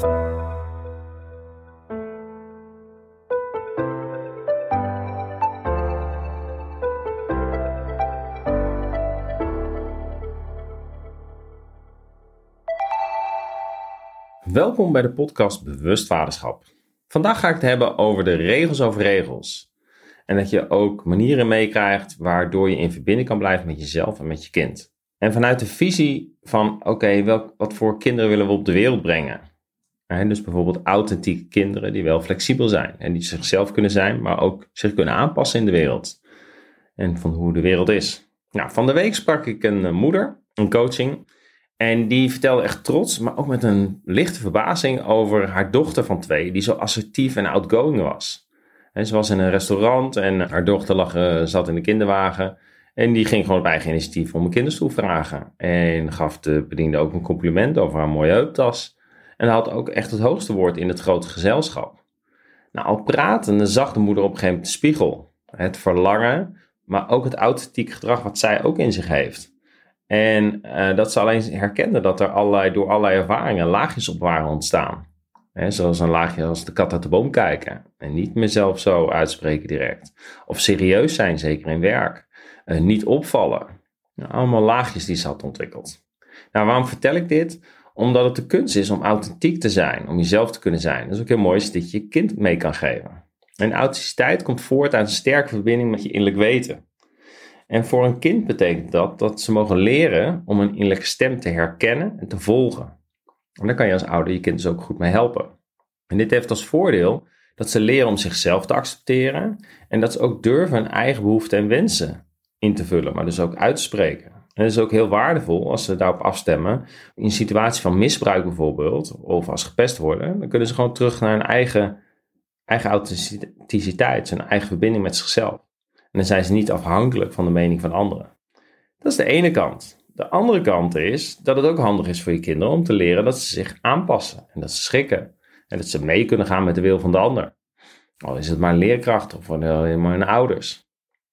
Welkom bij de podcast Bewust Vaderschap. Vandaag ga ik het hebben over de regels over regels. En dat je ook manieren meekrijgt waardoor je in verbinding kan blijven met jezelf en met je kind. En vanuit de visie van, wat voor kinderen willen we op de wereld brengen? Dus bijvoorbeeld authentieke kinderen die wel flexibel zijn. En die zichzelf kunnen zijn, maar ook zich kunnen aanpassen in de wereld. En van hoe de wereld is. Nou, van de week sprak ik een moeder, een coaching. En die vertelde echt trots, maar ook met een lichte verbazing over haar dochter van 2, die zo assertief en outgoing was. En ze was in een restaurant en haar dochter zat in de kinderwagen. En die ging gewoon op eigen initiatief om een kinderstoel vragen. En gaf de bediende ook een compliment over haar mooie heuptas. En had ook echt het hoogste woord in het grote gezelschap. Nou, al pratende zag de moeder op een gegeven moment de spiegel. Het verlangen, maar ook het authentieke gedrag wat zij ook in zich heeft. En dat ze alleen herkende dat er door allerlei ervaringen laagjes op waren ontstaan. Zoals een laagje als de kat uit de boom kijken. En niet mezelf zo uitspreken direct. Of serieus zijn, zeker in werk. Niet opvallen. Allemaal laagjes die ze had ontwikkeld. Nou, waarom vertel ik dit? Omdat het de kunst is om authentiek te zijn. Om jezelf te kunnen zijn. Dat is ook heel mooi als dit je kind mee kan geven. En authenticiteit komt voort uit een sterke verbinding met je innerlijk weten. En voor een kind betekent dat ze mogen leren om een innerlijke stem te herkennen en te volgen. En daar kan je als ouder je kind dus ook goed mee helpen. En dit heeft als voordeel dat ze leren om zichzelf te accepteren en dat ze ook durven hun eigen behoeften en wensen in te vullen, maar dus ook uit te spreken. En dat is ook heel waardevol als ze daarop afstemmen. In een situatie van misbruik bijvoorbeeld, of als gepest worden, dan kunnen ze gewoon terug naar hun eigen authenticiteit, zijn eigen verbinding met zichzelf. En dan zijn ze niet afhankelijk van de mening van anderen. Dat is de ene kant. De andere kant is dat het ook handig is voor je kinderen om te leren dat ze zich aanpassen. En dat ze schikken. En dat ze mee kunnen gaan met de wil van de ander. Al is het maar een leerkracht of alleen maar hun ouders.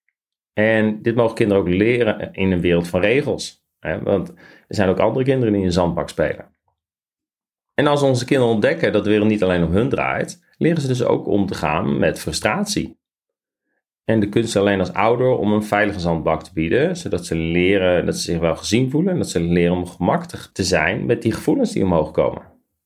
En dit mogen kinderen ook leren in een wereld van regels. Want er zijn ook andere kinderen die in een zandbak spelen. En als onze kinderen ontdekken dat de wereld niet alleen om hun draait, leren ze dus ook om te gaan met frustratie. En de kunst alleen als ouder om een veilige zandbak te bieden, zodat ze leren dat ze zich wel gezien voelen en dat ze leren om gemakkelijk te zijn met die gevoelens die omhoog komen.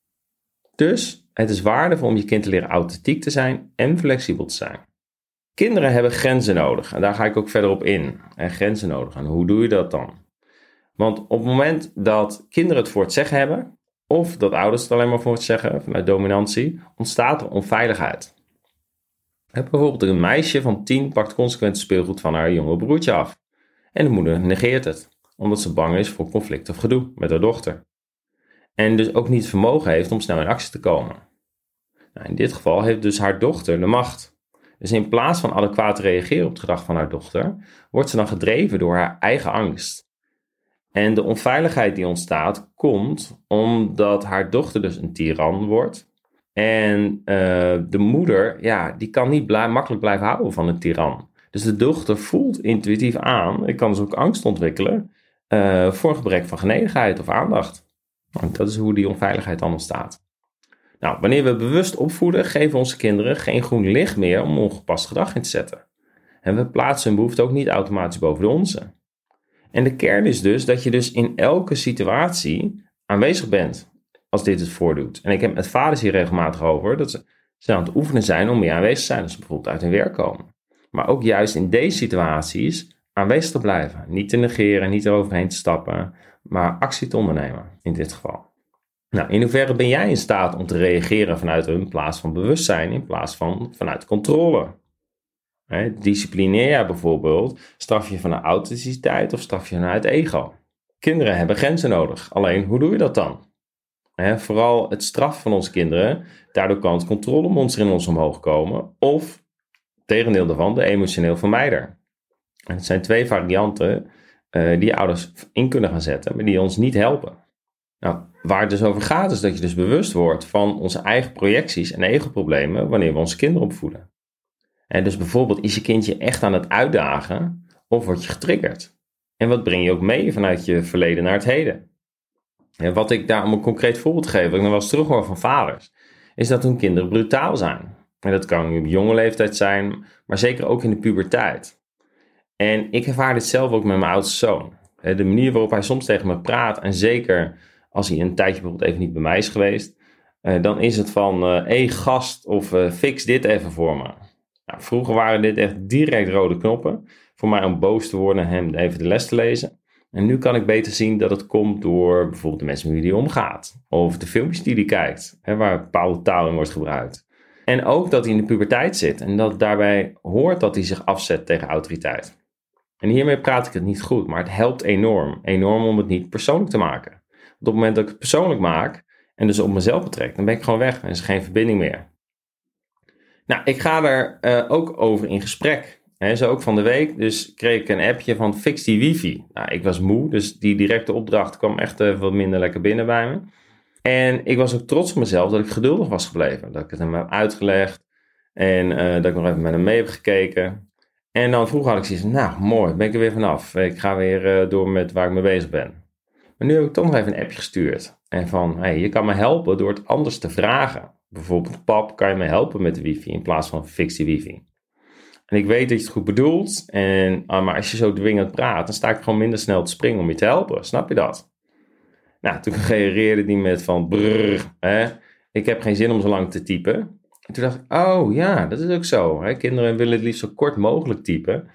Dus het is waardevol om je kind te leren authentiek te zijn en flexibel te zijn. Kinderen hebben grenzen nodig en daar ga ik ook verder op in. En grenzen nodig. En hoe doe je dat dan? Want op het moment dat kinderen het voor het zeggen hebben, of dat ouders het alleen maar voor het zeggen vanuit dominantie, ontstaat er onveiligheid. Bijvoorbeeld een meisje van 10 pakt consequent speelgoed van haar jonge broertje af. En de moeder negeert het, omdat ze bang is voor conflict of gedoe met haar dochter. En dus ook niet het vermogen heeft om snel in actie te komen. Nou, in dit geval heeft dus haar dochter de macht. Dus in plaats van adequaat te reageren op het gedrag van haar dochter, wordt ze dan gedreven door haar eigen angst. En de onveiligheid die ontstaat, komt omdat haar dochter dus een tiran wordt. En de moeder, die kan niet makkelijk blijven houden van een tiran. Dus de dochter voelt intuïtief aan, ik kan dus ook angst ontwikkelen voor een gebrek van genegenheid of aandacht. Want dat is hoe die onveiligheid dan ontstaat. Nou, wanneer we bewust opvoeden, geven we onze kinderen geen groen licht meer om ongepast gedrag in te zetten. En we plaatsen hun behoeften ook niet automatisch boven de onze. En de kern is dus dat je dus in elke situatie aanwezig bent. Als dit het voordoet. En ik heb met vaders hier regelmatig over dat ze aan het oefenen zijn om meer aanwezig te zijn. Als ze bijvoorbeeld uit hun werk komen. Maar ook juist in deze situaties aanwezig te blijven. Niet te negeren, niet eroverheen te stappen. Maar actie te ondernemen in dit geval. Nou, in hoeverre ben jij in staat om te reageren vanuit een plaats van bewustzijn in plaats van vanuit controle? Disciplineer jij bijvoorbeeld, straf je vanuit authenticiteit of straf je vanuit ego? Kinderen hebben grenzen nodig. Alleen, hoe doe je dat dan? Vooral het straf van onze kinderen, daardoor kan het controlemonster in ons omhoog komen. Of, tegendeel daarvan, de emotioneel vermijder. En het zijn 2 varianten die ouders in kunnen gaan zetten, maar die ons niet helpen. Nou, waar het dus over gaat is dat je dus bewust wordt van onze eigen projecties en ego-problemen wanneer we onze kinderen opvoeden. En dus bijvoorbeeld, is je kindje echt aan het uitdagen of word je getriggerd? En wat breng je ook mee vanuit je verleden naar het heden? En wat ik daar, om een concreet voorbeeld te geven, wat ik nog wel eens terughoor van vaders, is dat hun kinderen brutaal zijn. En dat kan nu op jonge leeftijd zijn, maar zeker ook in de puberteit. En ik ervaar dit zelf ook met mijn oudste zoon. De manier waarop hij soms tegen me praat, en zeker als hij een tijdje bijvoorbeeld even niet bij mij is geweest, dan is het van, hé gast, of fix dit even voor me. Nou, vroeger waren dit echt direct rode knoppen voor mij om boos te worden en hem even de les te lezen. En nu kan ik beter zien dat het komt door bijvoorbeeld de mensen met wie hij omgaat. Of de filmpjes die hij kijkt, waar bepaalde taal in wordt gebruikt. En ook dat hij in de puberteit zit en dat daarbij hoort dat hij zich afzet tegen autoriteit. En hiermee praat ik het niet goed, maar het helpt enorm. Enorm om het niet persoonlijk te maken. Want op het moment dat ik het persoonlijk maak en dus op mezelf betrek, dan ben ik gewoon weg en is er geen verbinding meer. Nou, ik ga er ook over in gesprek. Zo ook van de week, dus kreeg ik een appje van fix die wifi. Nou, ik was moe, dus die directe opdracht kwam echt wat minder lekker binnen bij me. En ik was ook trots op mezelf dat ik geduldig was gebleven. Dat ik het hem heb uitgelegd en dat ik nog even met hem mee heb gekeken. En dan vroeg had ik zoiets van, nou mooi, ben ik er weer vanaf. Ik ga weer door met waar ik mee bezig ben. Maar nu heb ik toch nog even een appje gestuurd. En van, hey, je kan me helpen door het anders te vragen. Bijvoorbeeld, pap, kan je me helpen met de wifi in plaats van fix die wifi. En ik weet dat je het goed bedoelt, maar als je zo dwingend praat, dan sta ik gewoon minder snel te springen om je te helpen. Snap je dat? Nou, toen reageerde hij met van, ik heb geen zin om zo lang te typen. En toen dacht ik, oh ja, dat is ook zo. Kinderen willen het liefst zo kort mogelijk typen.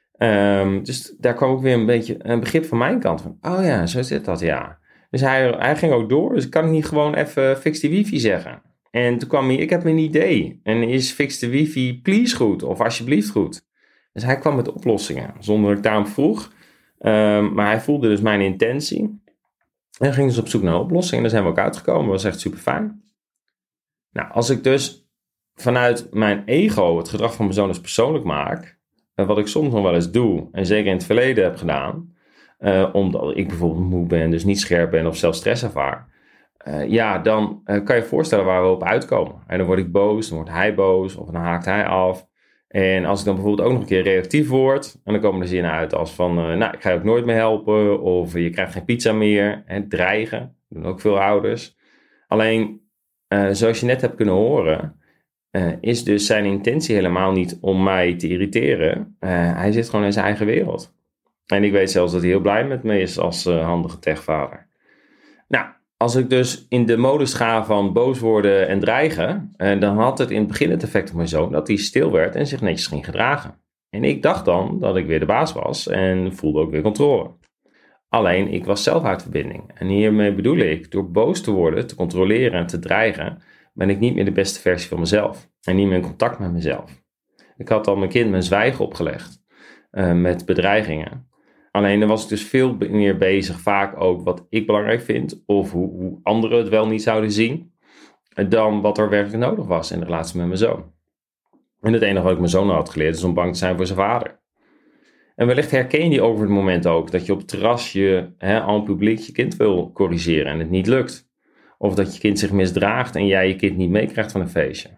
Dus daar kwam ook weer een beetje een begrip van mijn kant van, oh ja, zo zit dat, ja. Dus hij ging ook door, dus kan ik niet gewoon even fix die wifi zeggen. En toen kwam hij, ik heb een idee. En is fix de wifi please goed of alsjeblieft goed? Dus hij kwam met oplossingen, zonder dat ik daarom vroeg. Maar hij voelde dus mijn intentie. En ging dus op zoek naar een oplossing. En daar zijn we ook uitgekomen. Dat was echt super fijn. Nou, als ik dus vanuit mijn ego het gedrag van mijn zoon dus persoonlijk maak. Wat ik soms nog wel eens doe. En zeker in het verleden heb gedaan. Omdat ik bijvoorbeeld moe ben, dus niet scherp ben of zelfs stress ervaar. Dan kan je voorstellen waar we op uitkomen. En dan word ik boos, dan wordt hij boos of dan haakt hij af. En als ik dan bijvoorbeeld ook nog een keer reactief word, en dan komen er zinnen uit als van, ik ga je ook nooit meer helpen, of je krijgt geen pizza meer, dreigen, dat doen ook veel ouders. Alleen, zoals je net hebt kunnen horen, is dus zijn intentie helemaal niet om mij te irriteren. Hij zit gewoon in zijn eigen wereld. En ik weet zelfs dat hij heel blij met me is als handige techvader. Nou, als ik dus in de modus ga van boos worden en dreigen, dan had het in het begin het effect op mijn zoon dat hij stil werd en zich netjes ging gedragen. En ik dacht dan dat ik weer de baas was en voelde ook weer controle. Alleen, ik was zelf uit verbinding. En hiermee bedoel ik, door boos te worden, te controleren en te dreigen, ben ik niet meer de beste versie van mezelf. En niet meer in contact met mezelf. Ik had al mijn kind mijn zwijgen opgelegd met bedreigingen. Alleen dan was ik dus veel meer bezig, vaak ook wat ik belangrijk vind, of hoe anderen het wel niet zouden zien, dan wat er werkelijk nodig was in de relatie met mijn zoon. En het enige wat ik mijn zoon had geleerd is om bang te zijn voor zijn vader. En wellicht herken je over het moment ook dat je op het terrasje aan publiek je kind wil corrigeren en het niet lukt. Of dat je kind zich misdraagt en jij je kind niet meekrijgt van een feestje.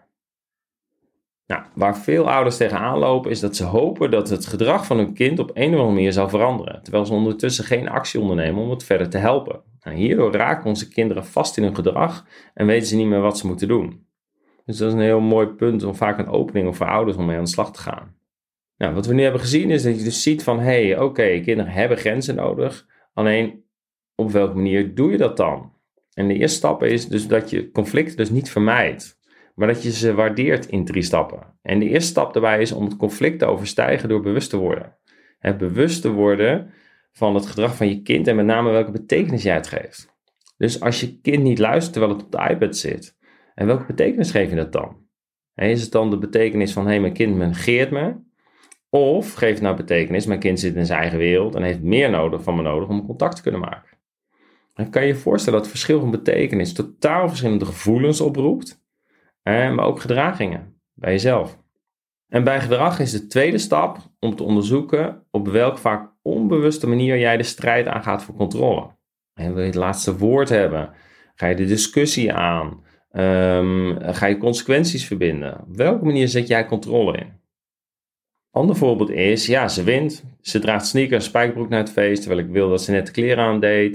Nou, waar veel ouders tegenaan lopen is dat ze hopen dat het gedrag van hun kind op een of andere manier zal veranderen. Terwijl ze ondertussen geen actie ondernemen om het verder te helpen. Nou, hierdoor raken onze kinderen vast in hun gedrag en weten ze niet meer wat ze moeten doen. Dus dat is een heel mooi punt om vaak een opening voor ouders om mee aan de slag te gaan. Nou, wat we nu hebben gezien is dat je dus ziet van, kinderen hebben grenzen nodig. Alleen, op welke manier doe je dat dan? En de eerste stap is dus dat je conflicten dus niet vermijdt. Maar dat je ze waardeert in 3 stappen. En de eerste stap daarbij is om het conflict te overstijgen door bewust te worden. Het bewust te worden van het gedrag van je kind en met name welke betekenis jij het geeft. Dus als je kind niet luistert terwijl het op de iPad zit, en welke betekenis geef je dat dan? Is het dan de betekenis van, mijn kind negeert me? Of geef het nou betekenis, mijn kind zit in zijn eigen wereld en heeft meer van me nodig om contact te kunnen maken? Dan kan je je voorstellen dat het verschil van betekenis totaal verschillende gevoelens oproept. Maar ook gedragingen bij jezelf. En bij gedrag is de tweede stap om te onderzoeken op welke vaak onbewuste manier jij de strijd aangaat voor controle. En wil je het laatste woord hebben? Ga je de discussie aan? Ga je consequenties verbinden? Op welke manier zet jij controle in? Ander voorbeeld is, ze wint. Ze draagt sneakers en spijkerbroek naar het feest, terwijl ik wil dat ze net de kleren aandeed.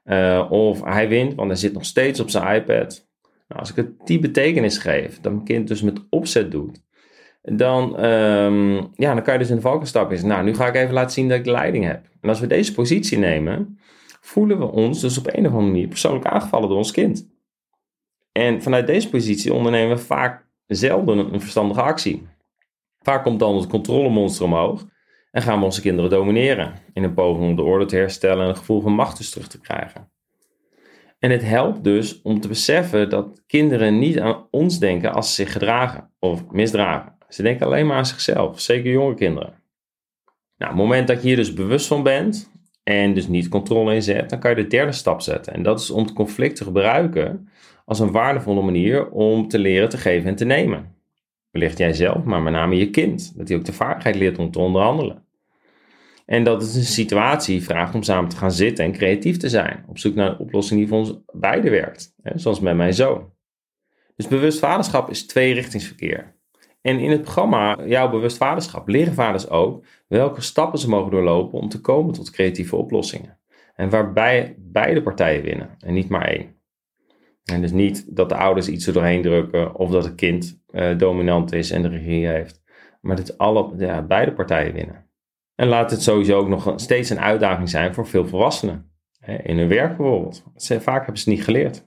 Of hij wint, want hij zit nog steeds op zijn iPad. Nou, als ik het die betekenis geef, dat mijn kind dus met opzet doet, dan kan je dus in de valkuil stappen. Nou, nu ga ik even laten zien dat ik de leiding heb. En als we deze positie nemen, voelen we ons dus op een of andere manier persoonlijk aangevallen door ons kind. En vanuit deze positie ondernemen we vaak zelden een verstandige actie. Vaak komt dan het controlemonster omhoog en gaan we onze kinderen domineren in een poging om de orde te herstellen en een gevoel van macht dus terug te krijgen. En het helpt dus om te beseffen dat kinderen niet aan ons denken als ze zich gedragen of misdragen. Ze denken alleen maar aan zichzelf, zeker jonge kinderen. Nou, op het moment dat je hier dus bewust van bent en dus niet controle inzet, dan kan je de derde stap zetten. En dat is om het conflict te gebruiken als een waardevolle manier om te leren te geven en te nemen. Wellicht jij zelf, maar met name je kind. Dat hij ook de vaardigheid leert om te onderhandelen. En dat het een situatie vraagt om samen te gaan zitten en creatief te zijn. Op zoek naar een oplossing die voor ons beiden werkt. Zoals met mijn zoon. Dus bewust vaderschap is tweerichtingsverkeer. En in het programma Jouw Bewust Vaderschap leren vaders ook welke stappen ze mogen doorlopen om te komen tot creatieve oplossingen. En waarbij beide partijen winnen en niet maar één. En dus niet dat de ouders iets er doorheen drukken of dat het kind dominant is en de regie heeft. Maar dat beide partijen winnen. En laat het sowieso ook nog steeds een uitdaging zijn voor veel volwassenen. In hun werk bijvoorbeeld. Vaak hebben ze het niet geleerd.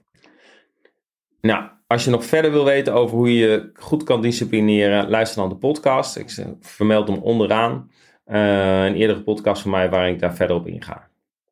Nou, als je nog verder wil weten over hoe je goed kan disciplineren, luister dan de podcast. Ik vermeld hem onderaan. Een eerdere podcast van mij waarin ik daar verder op inga.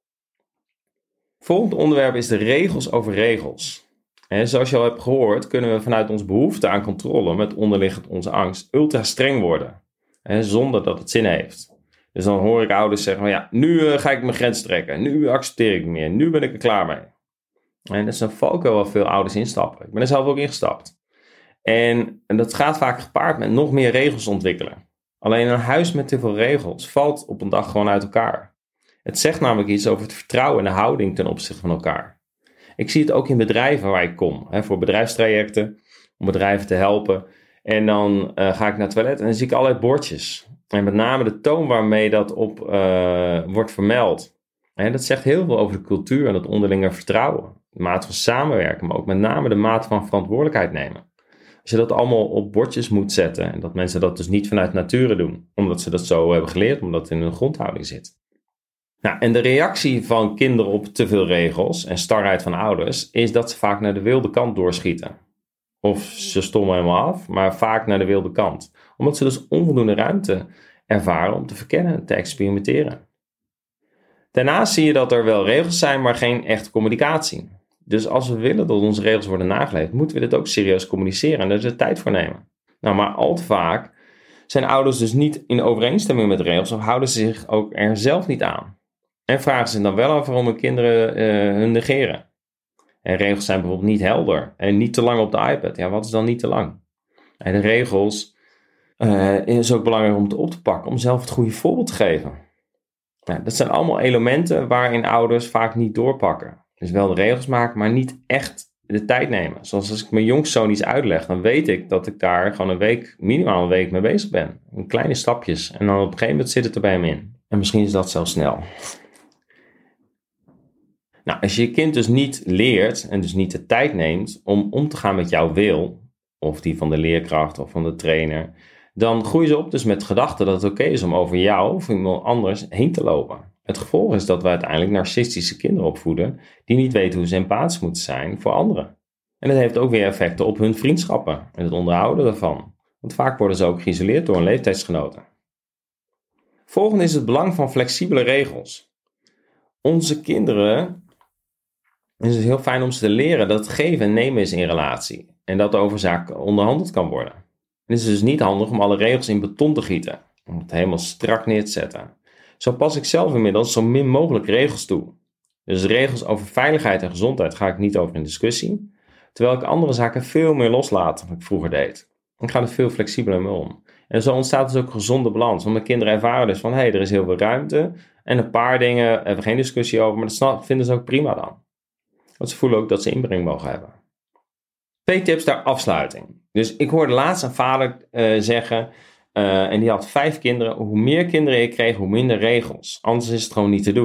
Volgend onderwerp is de regels over regels. Zoals je al hebt gehoord, kunnen we vanuit onze behoefte aan controle met onderliggend onze angst ultra streng worden. Zonder dat het zin heeft. Dus dan hoor ik ouders zeggen van ja, nu ga ik mijn grens trekken. Nu accepteer ik het meer. Nu ben ik er klaar mee. En dat is een valkuil waar veel ouders instappen. Ik ben er zelf ook ingestapt. En dat gaat vaak gepaard met nog meer regels ontwikkelen. Alleen een huis met te veel regels valt op een dag gewoon uit elkaar. Het zegt namelijk iets over het vertrouwen en de houding ten opzichte van elkaar. Ik zie het ook in bedrijven waar ik kom. Voor bedrijfstrajecten, om bedrijven te helpen. En dan ga ik naar het toilet en dan zie ik allerlei bordjes. En met name de toon waarmee dat op wordt vermeld. Dat zegt heel veel over de cultuur en het onderlinge vertrouwen. De mate van samenwerken, maar ook met name de mate van verantwoordelijkheid nemen. Als je dat allemaal op bordjes moet zetten. En dat mensen dat dus niet vanuit nature doen. Omdat ze dat zo hebben geleerd, omdat het in hun grondhouding zit. Nou, en de reactie van kinderen op te veel regels en starheid van ouders is dat ze vaak naar de wilde kant doorschieten. Of ze stommen helemaal af, maar vaak naar de wilde kant. Omdat ze dus onvoldoende ruimte ervaren om te verkennen en te experimenteren. Daarnaast zie je dat er wel regels zijn, maar geen echte communicatie. Dus als we willen dat onze regels worden nageleefd, moeten we dit ook serieus communiceren en er de tijd voor nemen. Nou, maar al te vaak zijn ouders dus niet in overeenstemming met de regels of houden ze zich ook er zelf niet aan. En vragen ze dan wel af waarom hun kinderen hun negeren. En regels zijn bijvoorbeeld niet helder en niet te lang op de iPad. Ja, wat is dan niet te lang? En de regels is ook belangrijk om het op te pakken, om zelf het goede voorbeeld te geven. Nou, dat zijn allemaal elementen waarin ouders vaak niet doorpakken. Dus wel de regels maken, maar niet echt de tijd nemen. Zoals als ik mijn jongste zoon iets uitleg, dan weet ik dat ik daar gewoon minimaal een week mee bezig ben. In kleine stapjes. En dan op een gegeven moment zit het er bij hem in. En misschien is dat zelfs snel. Nou, als je je kind dus niet leert en dus niet de tijd neemt om te gaan met jouw wil, of die van de leerkracht of van de trainer, dan groeien ze op dus met de gedachte dat het oké is om over jou of iemand anders heen te lopen. Het gevolg is dat we uiteindelijk narcistische kinderen opvoeden die niet weten hoe ze empathisch moeten zijn voor anderen. En dat heeft ook weer effecten op hun vriendschappen en het onderhouden daarvan. Want vaak worden ze ook geïsoleerd door hun leeftijdsgenoten. Volgende is het belang van flexibele regels. Onze kinderen, het is heel fijn om ze te leren dat het geven en nemen is in relatie. En dat er over zaken onderhandeld kan worden. Het is dus niet handig om alle regels in beton te gieten. Om het helemaal strak neer te zetten. Zo pas ik zelf inmiddels zo min mogelijk regels toe. Dus regels over veiligheid en gezondheid ga ik niet over in discussie. Terwijl ik andere zaken veel meer loslaat dan ik vroeger deed. Ik ga er veel flexibeler mee om. En zo ontstaat dus ook een gezonde balans. Want mijn kinderen ervaren dus van, er is heel veel ruimte. En een paar dingen hebben we geen discussie over. Maar dat vinden ze ook prima dan. Want ze voelen ook dat ze inbreng mogen hebben. 2 tips ter afsluiting. Dus ik hoorde laatst een vader zeggen, en die had 5 kinderen. Hoe meer kinderen ik kreeg, hoe minder regels. Anders is het gewoon niet te doen.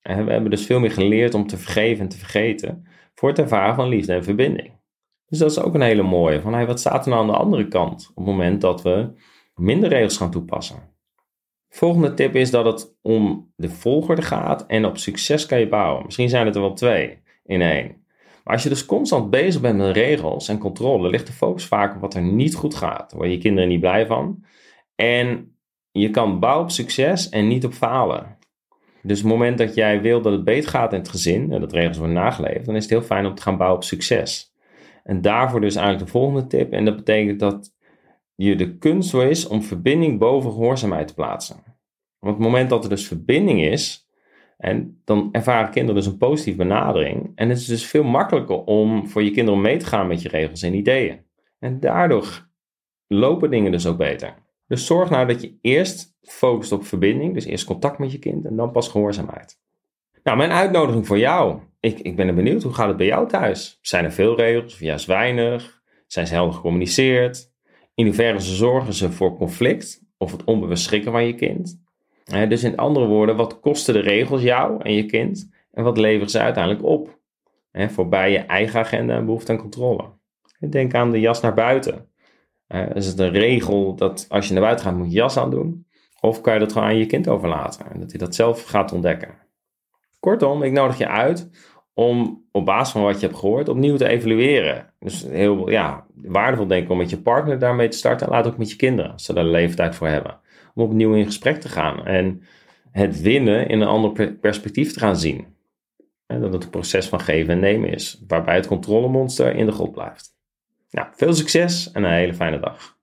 En we hebben dus veel meer geleerd om te vergeven en te vergeten voor het ervaren van liefde en verbinding. Dus dat is ook een hele mooie. Van, wat staat er nou aan de andere kant op het moment dat we minder regels gaan toepassen? Volgende tip is dat het om de volgorde gaat en op succes kan je bouwen. Misschien zijn het er wel 2 in 1. Maar als je dus constant bezig bent met regels en controle, ligt de focus vaak op wat er niet goed gaat. Daar worden je kinderen niet blij van. En je kan bouwen op succes en niet op falen. Dus op het moment dat jij wil dat het beter gaat in het gezin, en dat regels worden nageleefd, dan is het heel fijn om te gaan bouwen op succes. En daarvoor dus eigenlijk de volgende tip. En dat betekent dat je de kunst zo is om verbinding boven gehoorzaamheid te plaatsen. Want op het moment dat er dus verbinding is, en dan ervaren kinderen dus een positieve benadering. En het is dus veel makkelijker om voor je kinderen mee te gaan met je regels en ideeën. En daardoor lopen dingen dus ook beter. Dus zorg nou dat je eerst focust op verbinding. Dus eerst contact met je kind en dan pas gehoorzaamheid. Nou, mijn uitnodiging voor jou. Ik ben er benieuwd, hoe gaat het bij jou thuis? Zijn er veel regels of juist weinig? Zijn ze helder gecommuniceerd? In hoeverre zorgen ze voor conflict of het onbewust schrikken van je kind? Dus in andere woorden, wat kosten de regels jou en je kind? En wat leveren ze uiteindelijk op? Voorbij je eigen agenda en behoefte aan controle. Denk aan de jas naar buiten. Is het een regel dat als je naar buiten gaat moet je jas aandoen? Of kan je dat gewoon aan je kind overlaten en dat hij dat zelf gaat ontdekken? Kortom, ik nodig je uit om op basis van wat je hebt gehoord opnieuw te evalueren. Dus heel waardevol denk ik om met je partner daarmee te starten. En laat ook met je kinderen, als ze daar de leeftijd voor hebben. Om opnieuw in gesprek te gaan en het winnen in een ander perspectief te gaan zien. En dat het een proces van geven en nemen is, waarbij het controlemonster in de grot blijft. Nou, veel succes en een hele fijne dag.